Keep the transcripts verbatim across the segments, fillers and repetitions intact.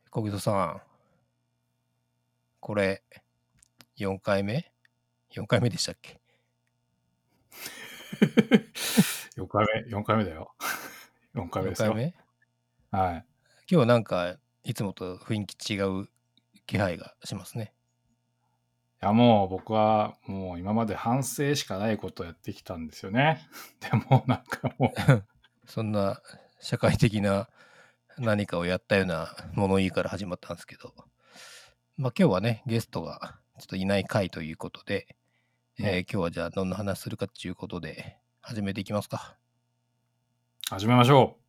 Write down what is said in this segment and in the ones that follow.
小木戸さん、これよんかいめ ?よん 回目でしたっけ？ よんかいめ、よんかいめだよ。よんかいめ 4 ですよ。 回目はい。 今日なんかいつもと雰囲気違う気配がしますね。 いやもう僕はもう今まで反省しかないことをやってきたんですよね。でもなんかもそんな社会的な何かをやったような物言いから始まったんですけど、まあ今日はね、ゲストがちょっといない回ということで、 う、ね、 えー今日はじゃあどんな話するかっていうことで始めていきますか。 始めましょ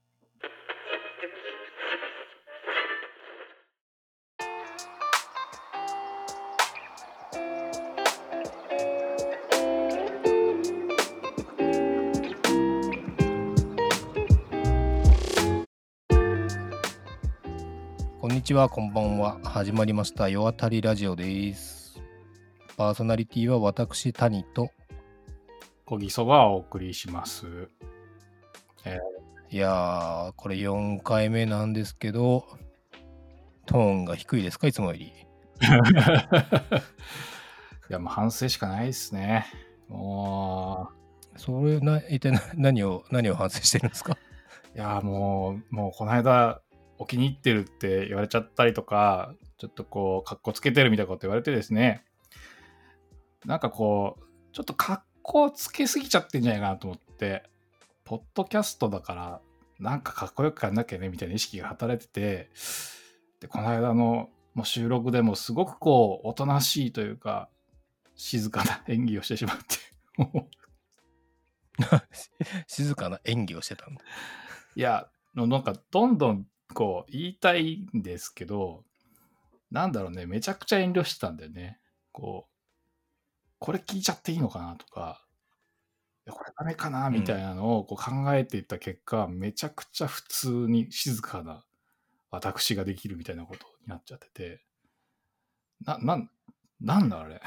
こんにちは、こんばんは。始まりました世渡りラジオです。パーソナリティは私谷と、 う。小木曽がお送りします。えいやー、これよんかいめなんですけど、トーンが低いですか、いつもより。 ーいやもう反省しかないですね。もそれな、一体な何を、何を反省してるんですか？ う、いやもう、もうこの間お気に入ってるって言われちゃったりとか、ちょっとこう、かっこつけてるみたいなこと言われてですね、なんかこう、ちょっと格好つけすぎちゃってんじゃないかなと思って、ポッドキャストだから、なんかかっこよくやんなきゃねみたいな意識が働いてて、で、この間のもう収録でもすごくこう、おとなしいというか、静かな演技をしてしまって、もう静かな演技をしてたんだ。 いや、なんかどんどんこう、言いたいんですけど、なんだろうね、めちゃくちゃ遠慮してたんだよね。こう、これ聞いちゃっていいのかなとか、いやこれダメかなみたいなのをこう考えていった結果、めちゃくちゃ普通に静かな私ができるみたいなことになっちゃってて、な、なん、なんだあれ。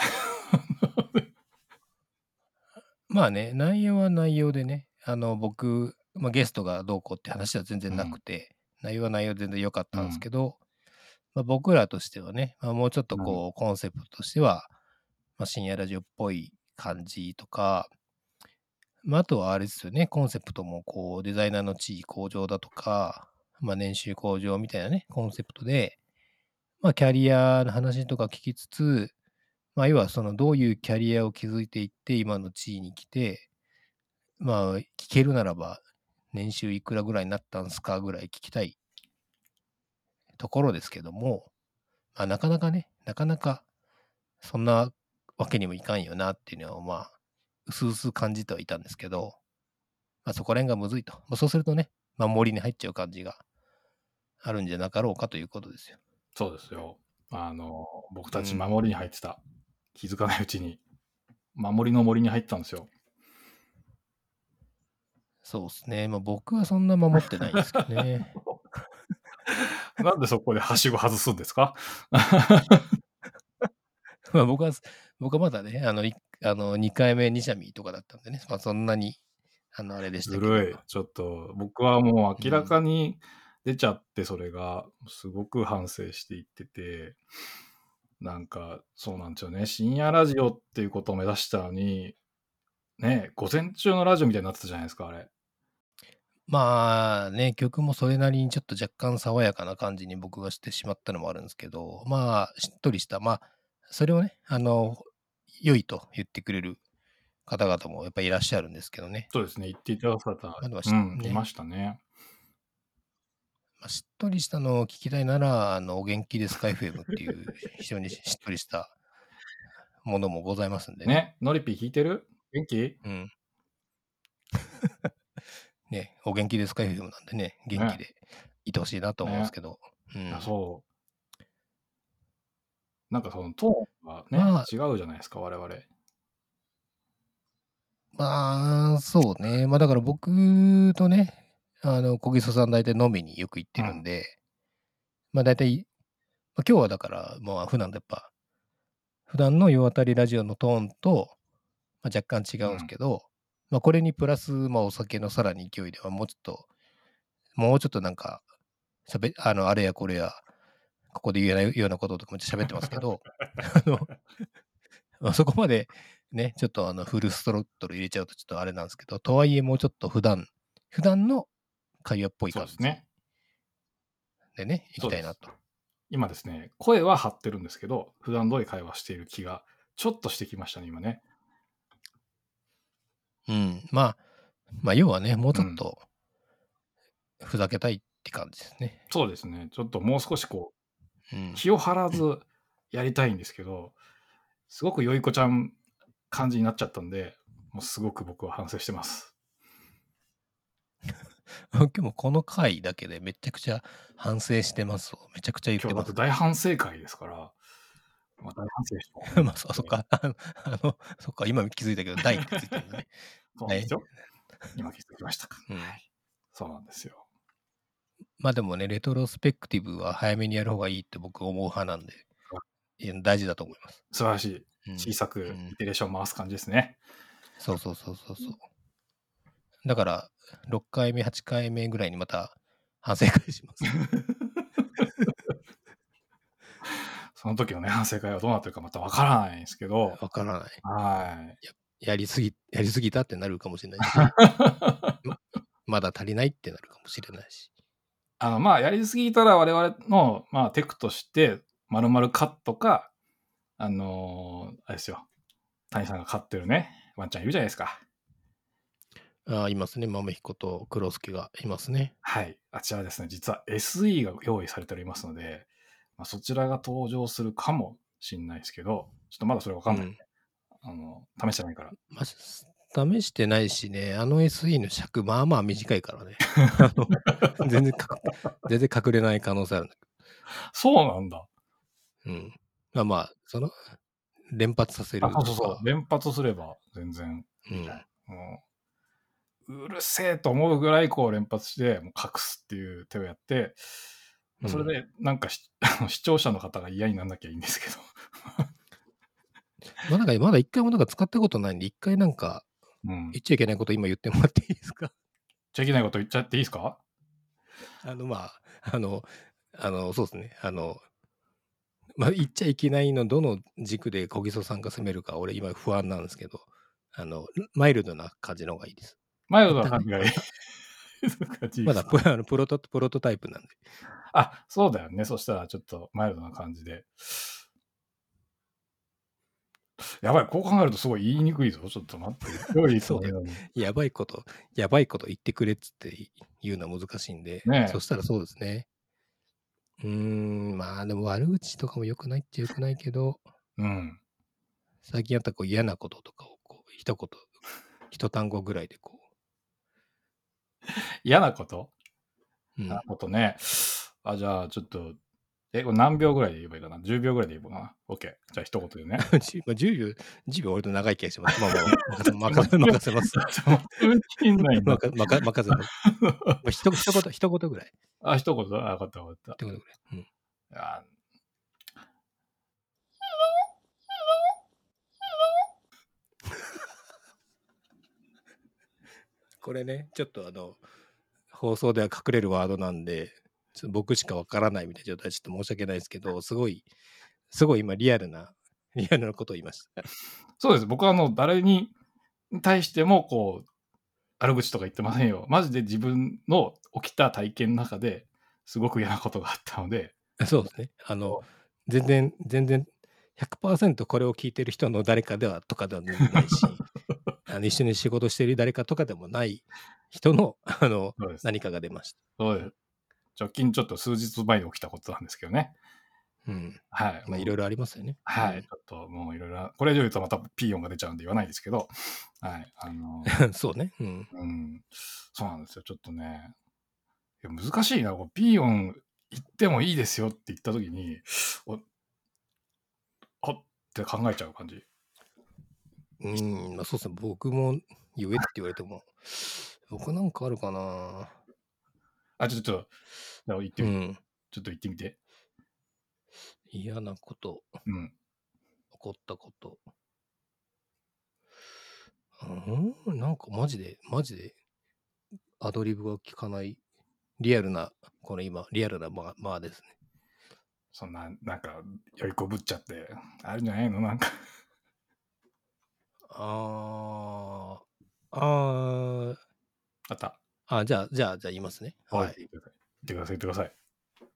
まあね、内容は内容でね、あの、僕、まあ、ゲストがどうこうって話は全然なくて、内容は内容で全然良かったんですけど、まあ、僕らとしてはね、まあ、もうちょっとこう、コンセプトとしては、まあ、深夜ラジオっぽい感じとか、まあ、あとはあれですよね、コンセプトもこう、デザイナーの地位向上だとか、まあ、年収向上みたいなね、コンセプトで、まあ、キャリアの話とか聞きつつ、まあ、要はそのどういうキャリアを築いていって今の地位に来て、まあ、聞けるならば年収いくらぐらいになったんすかぐらい聞きたいところですけども、まあ、なかなかね、なかなかそんなわけにもいかんよなっていうのは、まあ、うすうす感じてはいたんですけど、まあ、そこら辺がむずいと。まあ、そうするとね、守りに入っちゃう感じがあるんじゃなかろうかということですよ。 そうですよ。あの、僕たちうん。 守りに入ってた。気づかないうちに。守りの森に入ってたんですよ。 そうですね。まあ、僕はそんな守ってないんですけどね。 なんでそこではしご外すんですか？ まあ、僕は、僕はまだね、あの、いあのにかいめにシャミとかだったんでね、まあ、そんなに、あの、あれでしたけど。 ずるい。ちょっと、僕はもう明らうん。 かに出ちゃって、それが、すごく反省していってて、なんか、そうなんですよね。深夜ラジオっていうことを目指したのに、ね、午前中のラジオみたいになってたじゃないですか、あれ。 まあね、曲もそれなりにちょっと若干爽やかな感じに僕がしてしまったのもあるんですけど、まあ、しっとりした、まあ、それをね、あの、良いと言ってくれる方々もやっぱりいらっしゃるんですけどね。 そうですね、言っていただく方、 まあ、でもしうん、いまね、 したね。 まあ、しっとりしたのを聞きたいなら、あの、お元気ですか エフエム っていう非常にしっとりしたものもございますんでね。 ね、ノリピー聞いてる？元気？ うん。ね、お元気ですか エフエム なんでね、元気ね、 でいてほしいなと思うんですね。 けど。ういや、 ん。 そう。なんかそのトーンがね、 まあ、 違うじゃないですか、我々。 まあ、そうね。まあだから僕とね、あの、小木曽さん大体飲みによく行ってうん。 るんで、まあ大体、まあ、今日はだから、まあ普段のやっぱ、普段の世渡りラジオのトーンと、まあ、若干違うんですうん。 けど、まあこれにプラス、まあお酒のさらに勢いではもうちょっと、もうちょっとなんか、しゃべ、あの、あれやこれや、 ここで言えないようなこととかめっちゃ喋ってますけど、あの、まあ、そこまでね、ちょっとあのフルストロットル入れちゃうとちょっとあれなんですけど、とはいえもうちょっと普段普段の会話っぽい感じそうですね。 でね、いきそうです。 たいなと。 今ですね、声は張ってるんですけど、普段通り会話している気がちょっとしてきましたね、今ね。 うん。まあ、まあ、要はね、もううん。 ちょっとふざけたいって感じですね。 そうですね。ちょっともう少しこう、 うん。 気を張らずやりたいんですけど、すごくよいこちゃん感じになっちゃったんで、もうすごく僕は反省してます。 今日もこの回だけでめちゃくちゃ反省してますをめちゃくちゃ言っ今日だっててますね。 大反省会ですから、まあ、大反省した方がいいんまあ、 ですけどね。 そそっか。あのあの、そっか、今気づいたけど、大ってついてるんだね。はい。 そうなんですよ。今気づきましたか。 うん。 はい。そうなんですよ。 ま、でもね、レトロスペクティブは早めにやる方がいいって僕思う派なんで、いや、大事だと思います。 素晴らしい。 うん。 小さくうん。 イテレーション回す感じですね。 そうそうそうそうそう。だから、ろっかいめ、はちかいめぐらいにまた反省会します。 その時のね、反省会はどうなってるかまたわからないんですけど、 わからない。 はい。 ややりすぎやりすぎたってなるかもしれないし、ん、まだ足りないってなるかもしれないし。 あの、まあ、やりすぎたら我々の、まあ、テクとして、丸々カットか、あのーあれですよ、谷さんが飼ってるね、ワンちゃんいるじゃないですか。 ああ、いますね。豆彦と黒助がいますね。 はい。あちらですね、実は エスイー が用意されておりますので、まあ、そちらが登場するかもしんないですけど、ちょっとまだそれわかんない。 うん。 あの、試してないから。 ま、す試してないしね、あの エスイー の尺、まあまあ短いからね。あの、全然かく全然隠れない可能性あるんだけそうなんだ。 ど。うん。まあまあ、その、連発させあ、 るとか、 そうそうそう。連発すれば全然うん。 みたいな。もう、うるせえと思うぐらいこう連発して、もう隠すっていう手をやって、 うん。 それでなんかしあの視聴者の方が嫌になんなきゃいいんですけど。 ま、なんかまだ一回もなんか使ったことないんで、一回なんか、 うん。 言っちゃいけないこと今言ってもらっていいですか？ ちゃいけないこと言っちゃっていいですか？ あの、まあ、あのあの、そうですね。あの、ま、言っちゃいけないのどの軸で小木曽さんが攻めるか、俺今不安なんですけど、あの、マイルドな感じの方がいいです。 マイル一旦ね、 ドな感じがいい。 あたそういう感じいいまだですか？ プあのプロトプロトタイプなんで。 あ、そうだよね。そしたらちょっとマイルドな感じで。やばい、こう考えるとすごい言いにくいぞ。ちょっと待って。よいそうだよ。 このように。 やばいことやばいこと言ってくれっつって言うのは難しいんで、 ねえ。 そしたらそうですね。うーん、まあ、でも悪口とかも良くないっちゃ良くないけど、 うん。 最近あったこう嫌なこととかをこう一言、一単語ぐらいでこ嫌なこと？ う、うん。 嫌なことね。あ、じゃあちょっと、え、これ何秒ぐらいで言えばいいかな？じゅうびょうぐらいで言えばいいかな？オッケー。じゃあ一言でね。 じゅま、じゅうびょうじゅうびょう割と長い気がします。まあまあ、任せちょっと待任せってよ。 任せます。 ちょっと待ってよ、きんないな。 まかまか任せます。ま、ひと一言一言ぐらい。 あ、一言、あ、わかったわかった。 一言ぐらい。うん。 あこれね、ちょっとあの、放送では隠れるワードなんで、ちょっと僕しかわからないみたいな状態でちょっと申し訳ないですけど、すごいすごい今リアルなリアルなことを言いました。 そうです。僕はあの、誰に対してもこう、悪口とか言ってませんよ。マジで自分の起きた体験の中ですごく嫌なことがあったので、 そうですね。あの、 そう。 全然全然ひゃくパーセントこれを聞いてる人の誰かではとかでは全然ないし、あの、一緒に仕事している誰かとかでもない人の、あの、 そうです。 何かが出ました。 そうです。直近ちょっと数日前に起きたことなんですけどね。 うん。 はい。 まあ、 もういろいろありますよね。うはい。 ん。 ちょっともういろいろ、これ以上言うとまたピーヨンが出ちゃうんで言わないですけど、はい。あの、 そうね。うん。 うん。そうなんですよ。ちょっとね、いや難しいな。こうピーヨン言ってもいいですよって言った時に、おあって考えちゃう感じ。 うーん、まあ、そうですね。僕も言えって言われても、僕なんかあるかな。 あ、ちょっと、ちょっと、じゃあ言ってみて。 うん。 ちょっと言ってみて。 嫌なこと、 うん。 起こったこと。うん、なんかマジで、マジでアドリブが効かない、リアルな、この今、リアルなまあまあですね。 そんな、なんか、酔いこぶっちゃって、あるんじゃないのなんか。 ああ、ああ、 あった。 あ、じゃあ、じゃあ、じゃあ言いますね。 はい、 はい。 言ってください。言ってください、言ってください。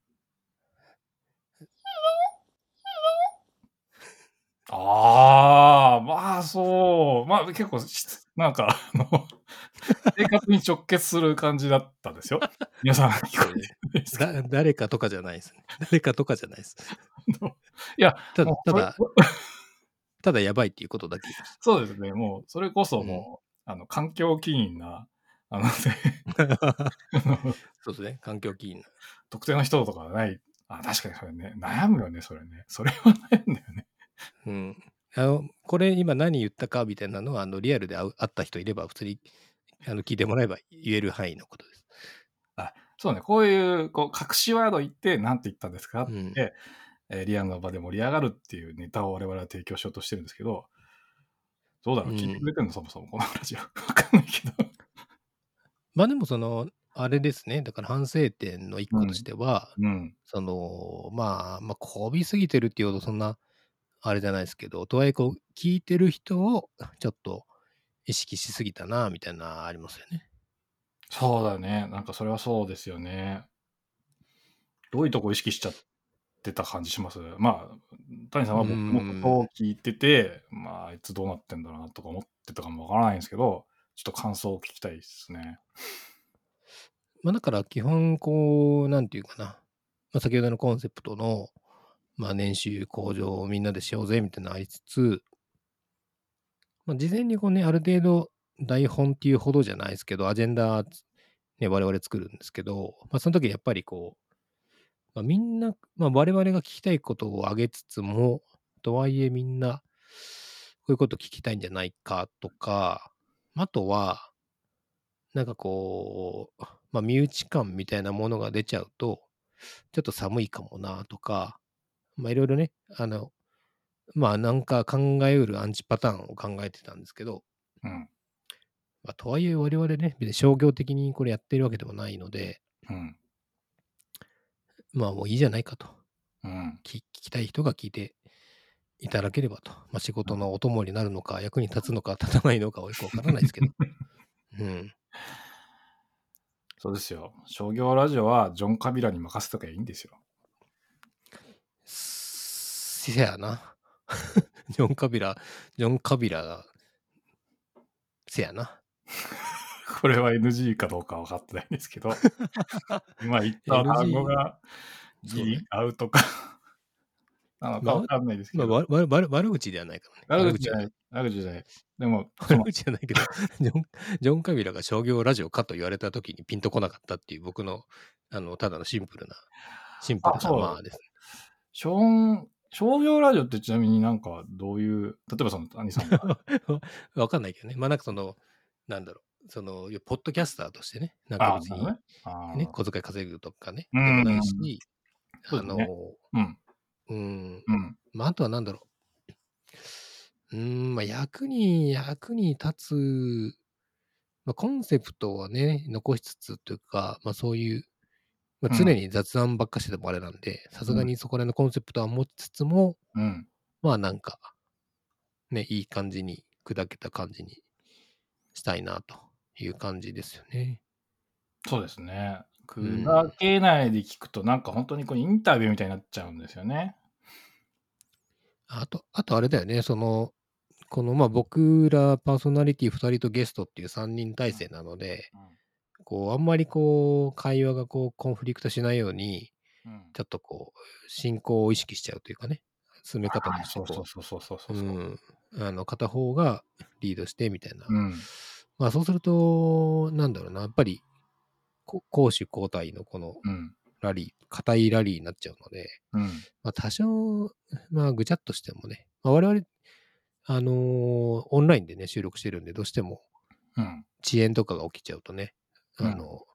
ああ、まあ、そう、まあ、結構、しなんか、あの、生活に直結する感じだったんですよ。皆さん聞こそうね。 えてるんですか？ だ誰かとかじゃないですね。誰かとかじゃないです。 あの、いや、 ただもうそれただただやばいっていうことだけ言いました。 そうですね、もうそれこそうん。 もう、あの、環境起因な、あの、ね、あの、 そうですね、環境起因。 特定の人とかはない。あ、確かにそれね、悩むよね、それね。それは悩んだよね。 うん。あの、これ今何言ったかみたいなのは、あの、リアルで会う会った人いれば、普通に、あの、聞いてもらえば言える範囲のことです。 あ、そうね、こういう、こう、隠しワード言って、なんて言ったんですかっうん。 て、えーリアルの場で盛り上がるっていうネタを我々は提供しようとしてるんですけど、どうだろう、聞いてくうん。 れてんの、そもそも、このラジオ。わかんないけど。 ま、あでもその、あれですね、だから反省点の一個としうん。 ては、 うん。 その、まあ、ま、こびすぎてるっていうほどそんなあれじゃないですけど、とはいえこう聞いてる人をちょっと意識しすぎたなみたいなありますよね。 そうだね。なんかそれはそうですよね。どういうとこ意識しちゃってた感じします？まあ、谷さんうーは僕のことん。 を聞いてて、まあ、あいつどうなってんだろうなとか思ってたかもわからないんですけど、ちょっと感想を聞きたいですね。 ま、だから基本こう、なんていうかな、ま、先ほどのコンセプトの、ま、年収向上をみんなでしようぜみたいなのありつつ、ま、事前にこうね、ある程度台本っていうほどじゃないですけど、アジェンダ、ね、我々作るんですけど、ま、その時にやっぱりこう、ま、みんな、ま、我々が聞きたいことを挙げつつも、とはいえみんな、こういうこと聞きたいんじゃないかとか、あとは、なんかこう、ま、身内感みたいなものが出ちゃうと、ちょっと寒いかもなとか、ま、色々ね、あの、まあ、なんか考えうるアンチパターンを考えてたんですけど、 うん。 ま、とはいえ我々ね、別に商業的にこれやってるわけでもないので、 うん。 まあ、もういいじゃないかと。 うん。 き聞きたい人が聞いていただければと。ま、仕事のお供になるのか、役に立つのか立たないのかはよくわからないですけど。うん。 そうですよ。商業ラジオはジョン・カビラに任せときゃいいんですよ。 せやな。ジョン・カビラジョン・カビラが、せやな。 これは エヌジー かどうか分かってないんですけど、今言った単語エヌジー、 がギそうね。 リアウトかなのかまあ、 分かんないですまあ、 けど。 わわ悪悪口ではないからね。悪口じゃない。 悪口じゃない悪口じゃない。でも、そ悪の口じゃないけど、ジョンジョン・カビラが商業ラジオかと言われた時にピンとこなかったっていう僕の、あの、ただのシンプルなシンプあ、 ルな、 そう。 まあ、ですね。 しょん商業ラジオってちなみになんかどういう、例えばその谷さんがわかんないけどね。ま、なんかその、なんだろう、その、ポッドキャスターとしてね、なんかああ、 別に、 なるほどね。あね、 あ、 小遣い稼ぐとかね、 うーでもないん、 し、あそうですね。 の、 うん、 うーん、 うん、 ま、あとはなんだろう、うーん、ま、役に役に立つ、ま、コンセプトはね、残しつつというか、ま、そういう、ま、 うん、 常に雑談ばっかしててもあれなんで、さすがうん、 にそこら辺のコンセプトは持ちつつも、 うん。 まあ、なんか、ね、いい感じに砕けた感じにしたいなという感じですよね。 そうですね。砕うん。 けないで聞くとなんかほんとにこうインタビューみたいになっちゃうんですよね。 あとあとあれだよね、その、この、ま、僕らパーソナリティふたりとゲストっていうさんにん体制なので、 うん、 こう、あんまりこう、会話がこう、コンフリクトしないように、 うん。 ちょっとこう、進行を意識しちゃうというかね、進め方はい、 としてこそうそうそうそうそうそう、 うそうん、あの、片方がリードしてみたいな。 う。うん、 まあ、そうすると、なんだろうな、やっぱり、こ攻守交代のこのうん、 ラリー、固いラリーになっちゃうので、 うん、 まあ、多少、まあ、ぐちゃっとしてもね、まあ、我々、あの、オンラインでね、収録してるんで、どうしてもうん、 遅延とかが起きちゃうとね、 うん。 あの、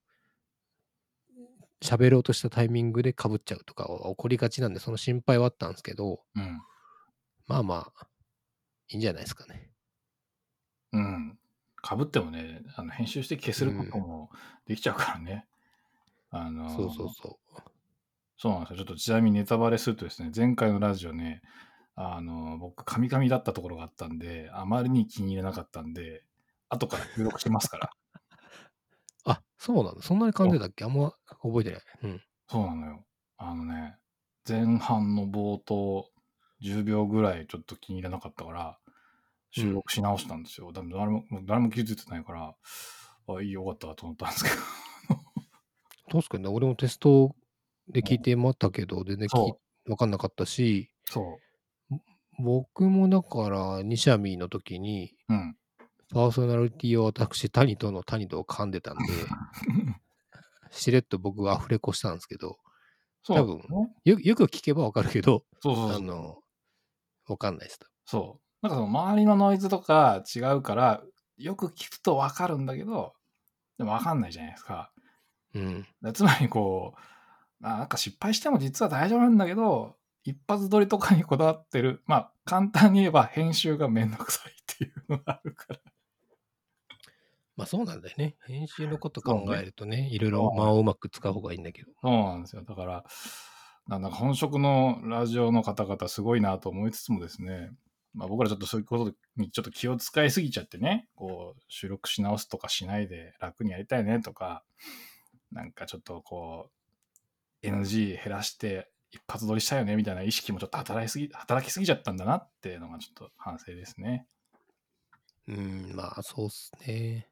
喋ろうとしたタイミングでかぶっちゃうとかは起こりがちなんで、その心配はあったんですけど、 うん。 まあまあ、いいんじゃないですかね。 うん。かぶってもね、あの、編集して消せることうん。 もできちゃうからね。あそうそうの、 そう。 そうなんですよ。ちょっとちなみにネタバレするとですね、前回のラジオね、あの、僕、カミカミだったところがあったんで、あまりに気に入らなかったんで、後から収録しますから。 あ、そうなんだ。そんなに噛んそうでたっけ？あんま覚えてない。うん。 そうなのよ。あのね、前半の冒頭じゅうびょうぐらいちょっと気に入らなかったから、収うん。 録し直したんですよ。だ誰ももう誰も気づいてないから、あ、いいよかったわと思ったんですけど。 確かにね、俺もテストでうん、 聞いてまったけど、全然きそう、 分かんなかったし、 そん僕もだからにシャミの時に、 う。うん。 パーソナリティを私、谷との谷とを噛んでたんで、しれっと僕がアフレコしたんですけど、 そう多分、 ね。 よよく聞けば分かるけど、 そうそうそうそう。 あの、分かんないです。 そう。なんかその周りのノイズとか違うから、よく聞くとわかるんだけど、でもわかんないじゃないですか。 うん。 だつまりこう、あなんか失敗しても実は大丈夫なんだけど、一発撮りとかにこだわってる。まあ、簡単に言えば編集がめんどくさいっていうのがあるから。 ま、そうなんだよね。編集のこと考そうね。 えるとね、いろいろそうなんです。 間をうまく使う方がいいんだけど。 そうなんですよ。だから、なんだか本職のラジオの方々すごいなと思いつつもですね、まあ、僕らちょっとそういうことにちょっと気を使いすぎちゃってね、こう収録し直すとかしないで楽にやりたいねとか、なんかちょっとこう エヌジー 減らして一発撮りしたいよねみたいな意識もちょっと働きすぎ、働きすぎちゃったんだなっていうのがちょっと反省ですね。 うーん、まあ、そうっすね。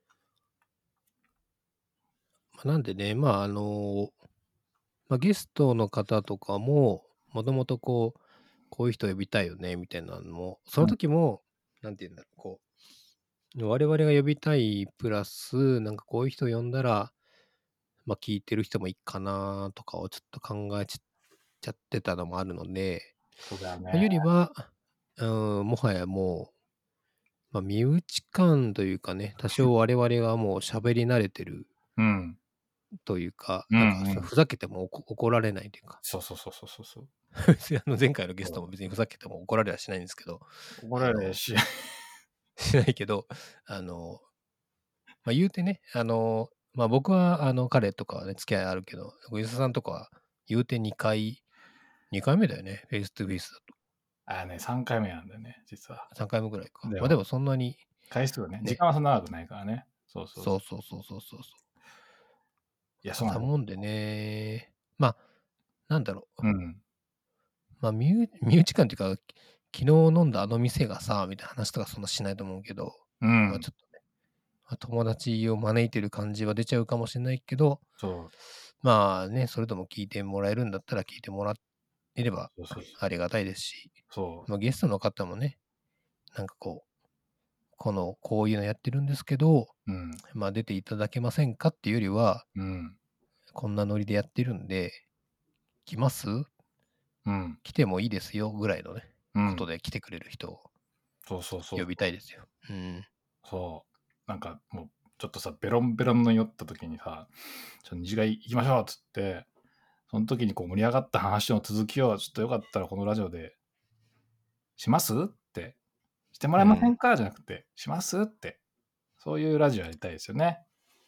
ま、なんでね、まあ、あの、ま、ゲストの方とかも、もともとこう、こういう人呼びたいよねみたいなのも、そのうん。 時も、なんて言うんだろう、こう、我々が呼びたいプラス、なんかこういう人呼んだら、ま、聞いてる人もいいかなとかをちょっと考えちちゃってたのもあるので、 そうだよま、 ね。 よりは、うーん、もはやもう、ま、身内感というかね、多少我々がもう喋り慣れてるうん。 というか、 うんなんか、 うん。 ふふざけてもおこ怒られないというか、 そうそうそうそうそうそう。 別にあの前回のゲストそも別にふざけても怒られはしないんですけど、 う怒あの、 られるし、 しないけど、あの、ま、言うてね、あの、ま、僕はあの彼とかはね、付き合いあるけど、小遊三さんとかは言うてにかい、にかいめだよね、フェイストゥフェイスだと。 ああね、さんかいめなんだよね、実は。 さんかいめぐらいか。ま、ででも、 もそんなに回数はね、時ね、 間はそんな長くないからね。そうそうそう。 そうそうそうそうそうそう。 いや、 ま、 そうなんだよ。 だもんでね、ま、なんだろう、 うん。 ま、身内身内感っていうか、昨日飲んだあの店がさ、みたいな話とかそんなしないと思うけど、ま、 うん。 ちょっとね、ま、友達を招いてる感じは出ちゃうかもしんないけど、 そう。 まあね、それでも聞いてもらえるんだったら聞いてもらえればそうそうありがたいですし、 そう。 ま、ゲストの方もね、なんかこう、この、こういうのやってるんですけど、 うん。 ま、出ていただけませんかっていうよりは、 うん。 こんなノリでやってるんで、来ます？ うん。 来てもいいですよぐらいのね、 うん。 ことで来てくれる人をそうそうそう呼びそう。 たいですよ。うん。 そう。なんかもう、ちょっとさ、ベロンベロンの酔った時にさ、ちょ二次会行きましょうっつって、その時にこう盛り上がった話の続きをちょっとよかったらこのラジオでしますって、してもらえませうん。 んかじゃなくて、しますって、そういうラジオやりたいですよね。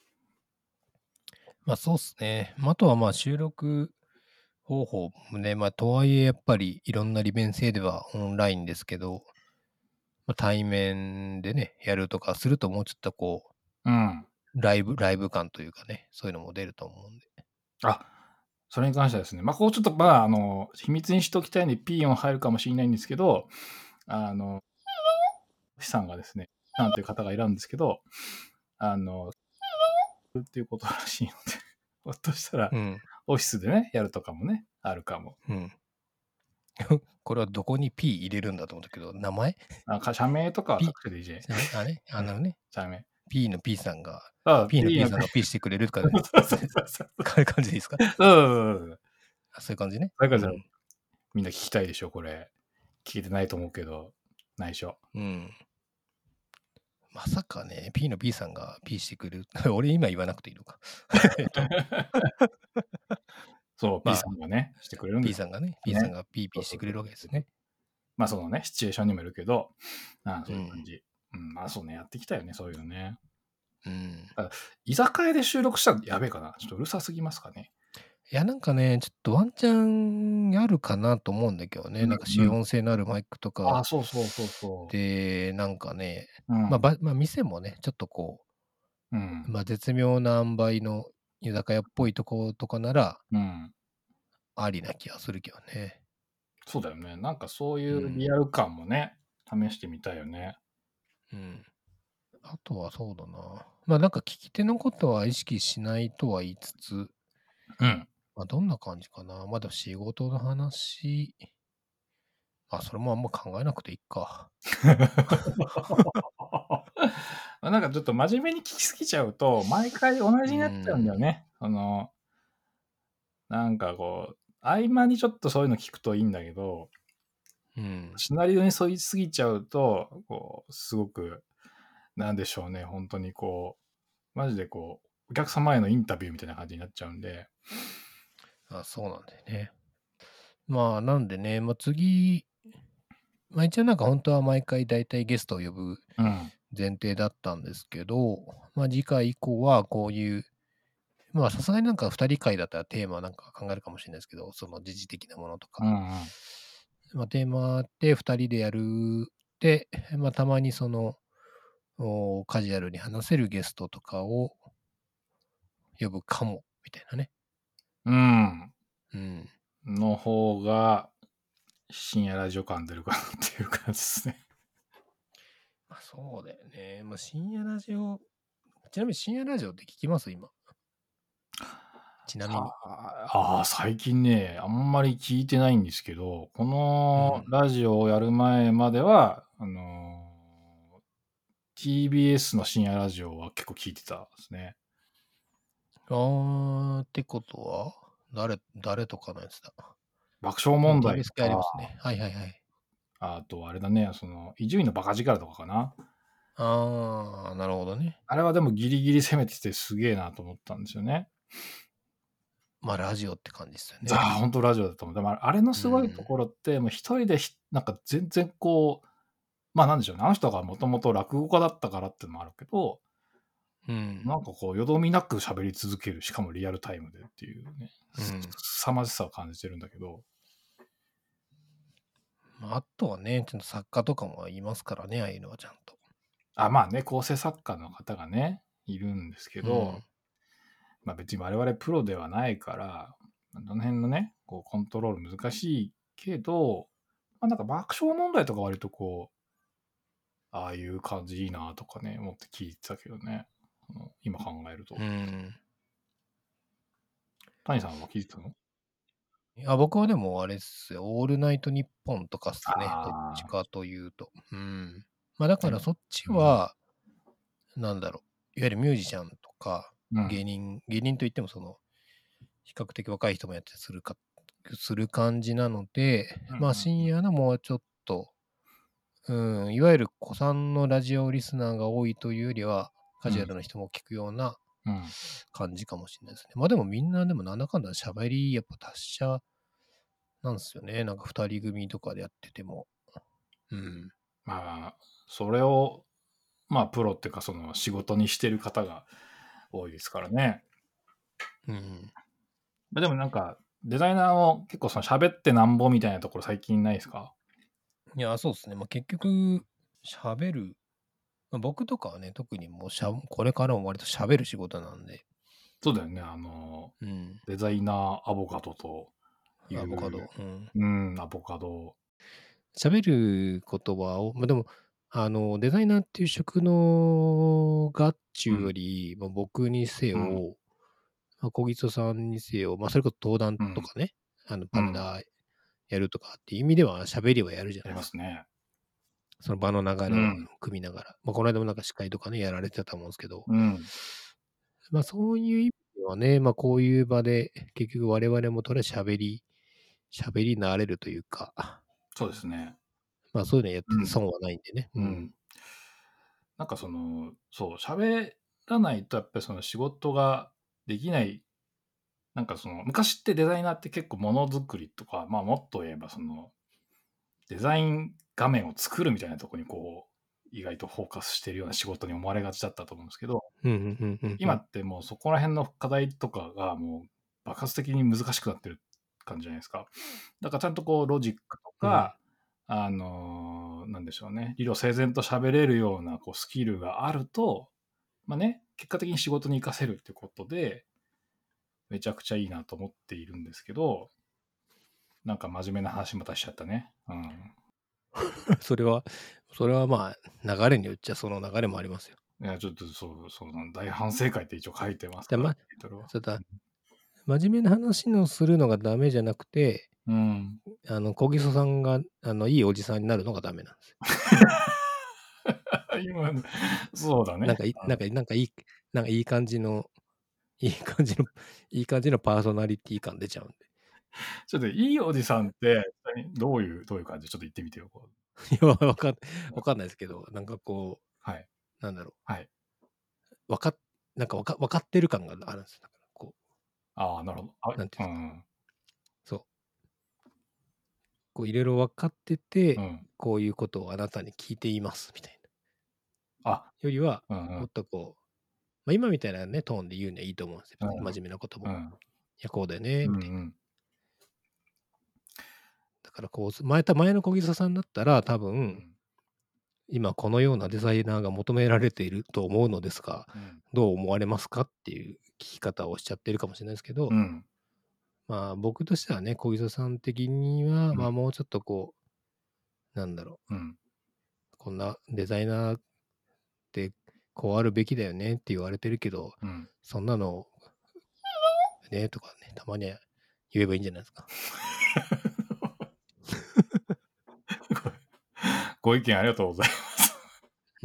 ま、そうっすね。ま、あとは、ま、収録方法もね、ま、とはいえやっぱりいろんな利便性ではオンラインですけど、ま、対面でね、やるとかするともうちょっとこうん。 う、ライブライブ感というかね、そういうのも出ると思うんで。 あ、それに関してはですね、ま、こうちょっと、まあ、あの、秘密にしておきたいんで、ピー音入るかもしれないんですけど、あの、ヒさんがですね、さんという方がいるんですけど、あの、っていうことらしいので、ひょっとしたらうん、 オフィスでね、やるとかもね、あるかも。 うん。これはどこに P 入れるんだと思ったけど、名前？ あ、か社名とかは P 隠してでいいじゃん。 社名あれ、あうん、 のね、 社名。 P の P さんがああ、 P の P P のさんが P してくれるとかね、 そうそうそうそう。 か感じでいいすか？ そうそうそうそう。 あ、そういう感じね。 だからじゃあ、 うん。 みんな聞きたいでしょ、これ。聞けてないと思うけど、内緒。 うん。まさかね、P の P さんが P してくれる俺今言わなくていいのか。えっと、 そう、 ま P さあ、 んがね、してくれるんで P すよ。 さんがね、P さんね。 が P、 そ P うそうそうしてくれるわけですそう。 ね。 まあ、そのね、シチュエーションにもよるけど、ああ、 うん。 そういう感じ。うん、まあ、そうね、やっていきたいよね、そういうのね。 うん。 ただ、居酒屋で収録したらやべえかな。ちょっとうるさすぎますかね。 いや、なんかね、ちょっとワンチャンあるかなと思うんだけどね。 うんなんか集うん。 音性のあるマイクとああ、 かそうそうそうそで、なんかね、 う。うま、 ん。 ばま、店もね、ちょっとこうん。 う、ま、絶妙な塩梅の居酒屋っぽいとことかなら、 うん。 ありな気がするけどね。 そうだよね。なんかそういううん、 リアル感もね、試してみたいよね。 うん。あとはそうだな。ま、なんか聞き手のことは意識しないとは言いつつ、 うん。 ま、どんな感じかな。まだ仕事の話、あ、それもあんま考えなくていいか。 ま、なんかちょっと真面目に聞きすぎちゃうと、毎回同うーじになっちゃうんだよん、 ね。あの、なんかこう、合間にちょっとそういうの聞くといいんだけど、 うん。 シナリオに沿いすぎちゃうと、こう、すごく、なんでしょうね、ほんとにこう、マジでこう、お客様へのインタビューみたいな感じになっちゃうんで。 あ、そうなんだよね。まあ、なんでね、ま、次、ま、一応なんかほんとは毎回だいたいゲストを呼ぶうん。 前提だったんですけど、ま、次回以降はこういう、まあ、さすがになんかふたり会だったらテーマなんか考えるかもしれないですけど、その時事的なものとか。 うんうん。 ま、テーマあってふたりでやる。で、ま、たまにその、おカジュアルに話せるゲストとかを呼ぶかもみたいなね。 うん。 うん。 の方が、深夜ラジオ感出るかなっていう感じですね。 ま、そうだよね。ま、深夜ラジオ、ちなみに深夜ラジオって聞きます？今。ちなみに。 はあ、ああ、最近ね、あんまり聞いてないんですけど、このうん。 ラジオをやる前までは、あの、ティービーエス の深夜ラジオは結構聞いてたですね。 ああ、ってことは、誰誰とかのやつだ。 爆笑あ、 問題ティービーエス 系ありとか、 ますね。はいはいはい。 あとあれだね、その、伊集院のバカ力とかかな。 ああ、なるほどね。 あれはでもギリギリ攻めててすげえなと思ったんですよね。 ま、ラジオって感じですよざあ、 ね。 ほんとラジオだと思う。でもあれのうすごいとん。 ころって、もう一人でひなんか全然こう、ま、なんでしょうね、あの人がもともと落語家だったからっていうのもあるけど、 うん。 なんかこう、よどみなく喋り続ける、しかもリアルタイムでっていうね、すうん。 凄まじさを感じてるんだけど。 ま、あとはね、ちょっと作家とかもいますからね、ああいうのはちゃんと。 あ、まあね、構成作家の方がね、いるんですけど、 うん。 ま、別に我々プロではないから、ま、どの辺のね、こうコントロール難しいけど、ま、なんか爆笑問題とか割とこう、ああいう感じいいなとかね、思って聞いてたけどね。あの、今考えるうと。 ん。 谷さんは聞いてたの？ いや、僕はでもあれっすよ、オールナイトニッポンとかっすね、どっちああ、 かというと。うん。ま、だかね、 らそっちうん、 は、なんだろう、いわゆるミュージシャンとか、 うん、 芸人芸人といってもその、比較的若い人もやってするかする感じなので、 うんうんま、深うん、 夜のもうちょっと、うん、いわゆる古参のラジオリスナーが多いというよりは、カうん、 ジュアルな人も聞くようなうん。 感じかもしれないですね。ま、でもみんなでもなんだかんだ喋りやっぱ達者なんすよね。なんかふたり組とかでやってても。うん。 まあ、それを、まあ、プロっていうか、その仕事にしてる方が多いですからね。 うん。 ま、でもなんか、デザイナーも結構その喋ってなんぼみたいなところ最近ないですか？ いや、そうっすね。ま、結局、喋る、ま、僕とかはね、特にもうしゃこれからも割と喋る仕事なんで、 そうだよね、あの、 うん。 デザイナーアボカドといアボカド、 う、 うん。 うん、アボカド。 喋る言葉を、ま、でも、あの、デザイナーっていう職能がっちゅうようん、 り、ま、僕にせうん、 よ、ま、小木曽さんにせよ、ま、それこそ登壇うん、 とかね、あの、 うん、 パネラーやるとかっていう意味では、喋りはやるじゃやりないすか。 ますね。 その場の流れをうん、 組みながら。ま、この間もなんか司会とかね、やられてたと思うんすけど、 うん、 ま、そういう意味ではね、ま、こういう場で結局我々もとりあえず喋り喋り慣れるというか、 そうですね。 ま、そういうのやってうん、 て損はないんでね。ううん。 ん。 なんかその、そう、喋らないとやっぱりその仕事ができない、なんかその、昔ってデザイナーって結構ものづくりとか、まあ、もっと言えばその、デザイン画面を作るみたいなとこにこう、意外とフォーカスしてるような仕事に思われがちだったと思うんですけど、 うんうんうんうんうん。 今ってもうそこら辺の課題とかがもう爆発的に難しくなってる感じじゃないですか。だからちゃんとこうロジックとうん。 か、あのーなんでしょうね、理路整然と喋れるようなこうスキルがあると、まあね、結果的に仕事に活かせるってことで、めちゃくちゃいいなと思っているんですけど、なんか真面目な話またしちゃったね。うん。 それは、それはまあ、流れによっちゃその流れもありますよ。 いや、ちょっとそう、その大反省会って一応書いてますじゃあ、 から、 ま、 タイトルは。 そうだ、真面目な話のするのがダメじゃなくて、 うん。 あの、小木曽さんが、あの、いいおじさんになるのがダメなんですよ。 今の、そうだね。 なんかい、 うんなんか、なんかいい、なんかいい感じの、いい感じの、いい感じのパーソナリティ感出ちゃうんで。 ちょっといいおじさんって、どういう、どういう感じちょっと言ってみてよ。こいや、わかん、 うわかんないですけど、なんかこはい。 う、なんだろはい。 う、わかっ、なんかわか、わかってる感があるんですよ。だからこああ、なるほど。あう、なんていうんですか。 うん。 そう。こう、いろいろ分かってて、 うん。 こういうことをあなたに聞いています、みたいな。 あ、 よりは、 うんうん。 もっとこう、まあ、今みたいなね、トーンで言うにはいいと思うんですよ。別にうん真面目なことも。いうん。 や、こうだよね、 うんうみたいな。 ん。 だからこう、前た前の小木曽さんだったら、多分、 うん今このようなデザイナーが求められていると思うのですが、 うんどう思われますかっていう聞き方をしちゃってるかもしれないですけど、 うんまあ僕としてはね、小木曽さん的には、 うんまあもうちょっとこう、なんだろう、 うんこんなデザイナーってこうあるべきだよねって言われてるけど、 うんそんなのねとかね、たまには言えばいいんじゃないですか。 ご意見ありがとうございます。 うん。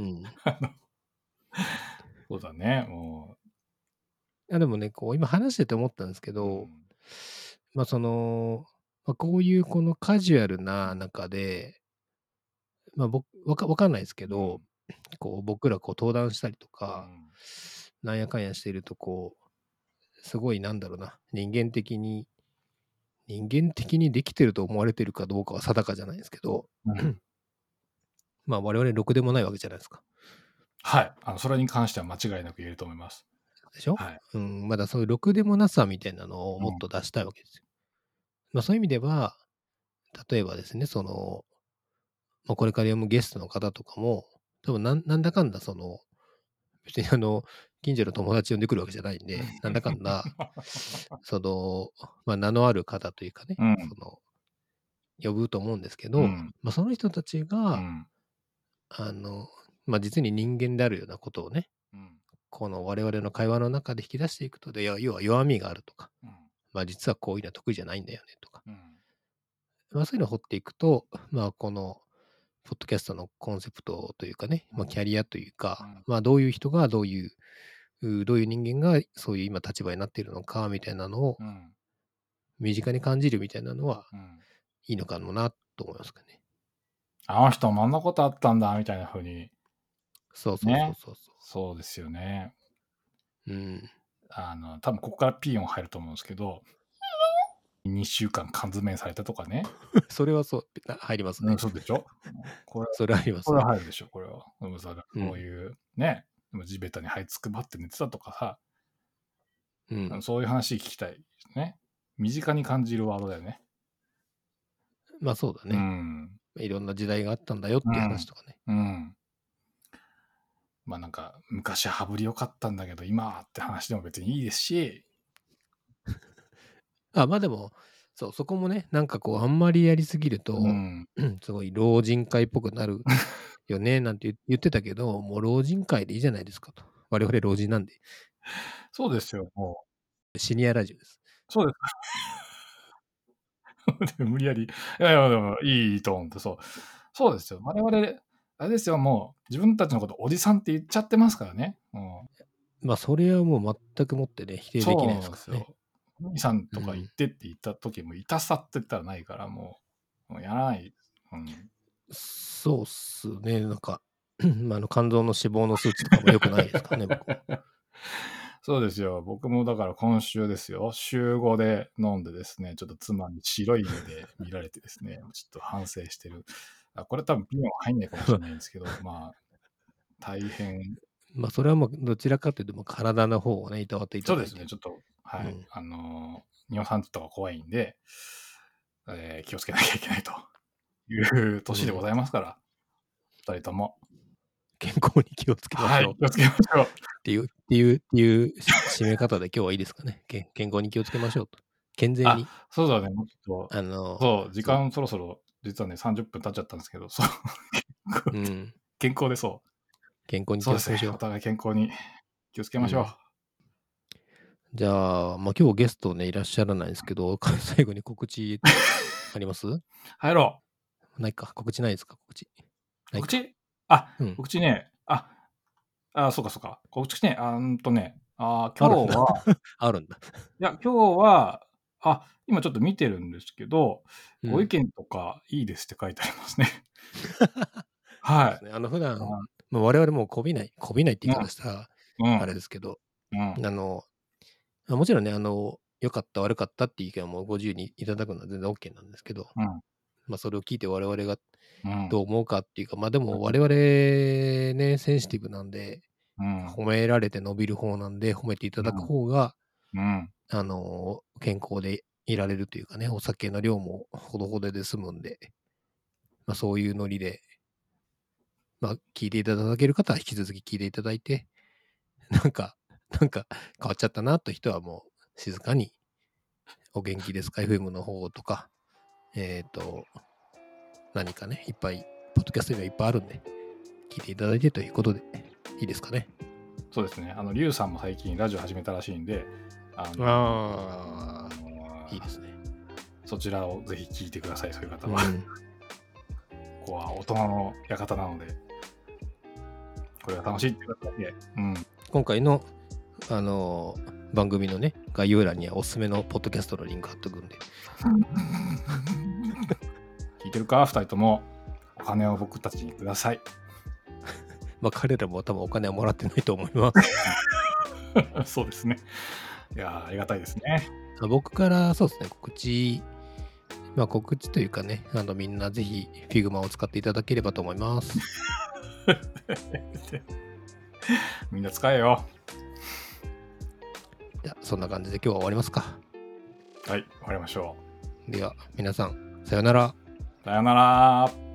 そうだね、もいやでもね、こう今話してて思ったんですけう。うど、 んまあその、まあ、こういうこのカジュアルな中で、まあ僕、わかわかんないですけうんど、こう僕らこう登壇したりとうか、 んなんやかんやしてるとこう、すごいなんだろうな、人間的に、人間的にできてると思われてるかどうかは定かじゃないですけど、 うんまあ我々ろくでもないわけじゃないですか。 はい。あの、それに関しては間違いなく言えると思います。 でしょ？ はい。 うん、まだそういうろくでもなさみたいなのをもっと出したいわけですよ。まあそういう意味では、例えばですね、その、まあ、これから読むゲストの方とかも、多分なんなんだかんだその、別にあの、近所の友達呼んでくるわけじゃないんで、なんだかんだ、その、まあ、名のある方というかね、 うん。 その、呼ぶと思うんですけど、 うん。 まあ、その人たちうが、 ん。 あの、まあ、実に人間であるようなことをね、 うん。 この我々の会話の中で引き出していくと、で、要は弱みがあるとか、 うん。 まあ、実はこういうのは得意じゃないんだよねとか、 うん。 まあ、そういうのを掘っていくと、まあ、この、ポッドキャストのコンセプトというかね、まあ、キャリアというか、 うんまあ、どういう人がどういう、うどういう人間がそういう今立場になっているのかみたいなのをうん。 身近に感じるみたいなのはうんいいのかもなと思いますかね。 あの人もあんなことあったんだ、みたいな風に。 そうそうそうね。 そうそそうですよね。 う。うん。 あの、多分ここからピー音入ると思うんですけど、にしゅうかん缶詰されたとかね。 それはそう、な入りますうん、 ね。 そうでしょ。これ、 それ入りまこれすね。 は入るでしょ、これは。でもさ、 うんこういうね、でも地べたに這いつくばって寝てたとかさ、 うん。 そういう話聞きたいですね。身近に感じるワードだよね。 まあそうだうね。 ん。 いろんな時代があったんだよっていう話とかね。 うん。まあなんか、昔羽振り良かったんだけど、今はって話でも別にいいですし、 あ、まあでも、そう、そこもね、なんかこう、あんまりやりすぎると、 うん。 すごい老人会っぽくなるよね、なんて言言ってたけど、もう老人会でいいじゃないですかと。我々老人なんで。 そうですよ、もシニアラジオです。 う。そうです。無理やり。いやいや、でもいいと思って、そう。そうですよ。我々、あれですよ、もう自分たちのことおじさんって言っちゃってますからね。うん、 まあ、それはもう全くもってね、否定できないでそうなんですすからね。 よ。お兄さんとか言っうん。 てって言った時も、痛さって言ったらないから、もう、もうやらない。うん、 そうっすね。なんか、まあ、あの肝臓の脂肪の数値とかも良くないですからね、僕も。 そうですよ。僕もだから今週ですよ。週ごで飲んでですね、ちょっと妻に白い目で見られてですね、ちょっと反省してる。あこれ多分ピンは入んないかもしれないんですけど、まあ、大変。 まあ、それはもうどちらかというと、もう体の方をね、いたわっていたそうですね。 だいて。 ちょっと、 はい、 うん、 あの尿酸値とか怖いんで、えー気をつけなきゃいけないという年でごうん。 ざいますから、ふたりとも。 健康に気をつけまはい、 しょう。 気をつけましょう。 っていうっていうっていうし締め方で今日はいいですかね。けん健康に気をつけましょうと。健全あ、 に、 そうだね、もうちょっと、 あの、 そう、時そう、 間そろそろ実はね、さんじゅっぷん経っちゃったんですけど、そう、 うん、 健康でそう。 健康にそうですね、 気をつけましょう。 お互い健康に気をつけましょう。 うん。じゃあ、ま、今日ゲストね、いらっしゃらないんですけど、か最後に告知あります？ 入ろう。 ないか、告知ないですか？告知。ないか。 告知あ、 うん。 告知ね、あ、あ、そうかそうか。告知ね、あ、うんとね、あ、 あるんだ。 今日はあるんだ。 いや、今日は、あ、今ちょっと見てるんですけど、 うん。 ご意見とかいいですって書いてありますね。 そうはい。 ですね。あの、普段、 あ、 ま、我々もう媚びない媚びないって言い方うん、 したらうん、 あれですけど、 うん、 あの、ま、もちろんね、あの、良かった、悪かったっていう意見はもうご自由にいただくのは全然オッケーなんですけど、 うん、 ま、それを聞いて我々がうん、 どう思うかっていうか、ま、でも我々ね、センシティブなんで、 うん、 褒められて伸びる方なんで、褒めていただくうん、 方が、 うん、 あの、健康でいられるというかね、お酒の量もほどほどで済むんで、ま、そういうノリで、ま、聞いていただける方は引き続き聞いていただいて、なんかなんか変わっちゃったなという人はもう静かにお元気ですか エフエム の方とか、えっと、何かね、いっぱい、ポッドキャストにはいっぱいあるんで、聞いていただいてということで、いいですかね。 そうですね。あの、リュウさんも最近ラジオ始めたらしいんで、あの、 ああ、いいですね。 そちらをぜひ聞いてください、そういう方は。 うん。 ここは大人の館なので、これが楽しいっていう方だけ、うん。 今回の、あのー番組のね、概要欄にはおすすめのポッドキャストのリンク貼っとくんで。 聞いてるか、ふたりともお金を僕たちにください。 まあ彼らも多分お金はもらってないと思います。 そうですね。いやー、ありがたいですね。 僕からそうですね、告知、まあ告知というかね、あのみんなぜひ Figma を使っていただければと思います。 みんな使えよ。 じゃあそんな感じで今日は終わりますか。 はい、終わりましょでは皆さん、さようなら。 う。さよなら。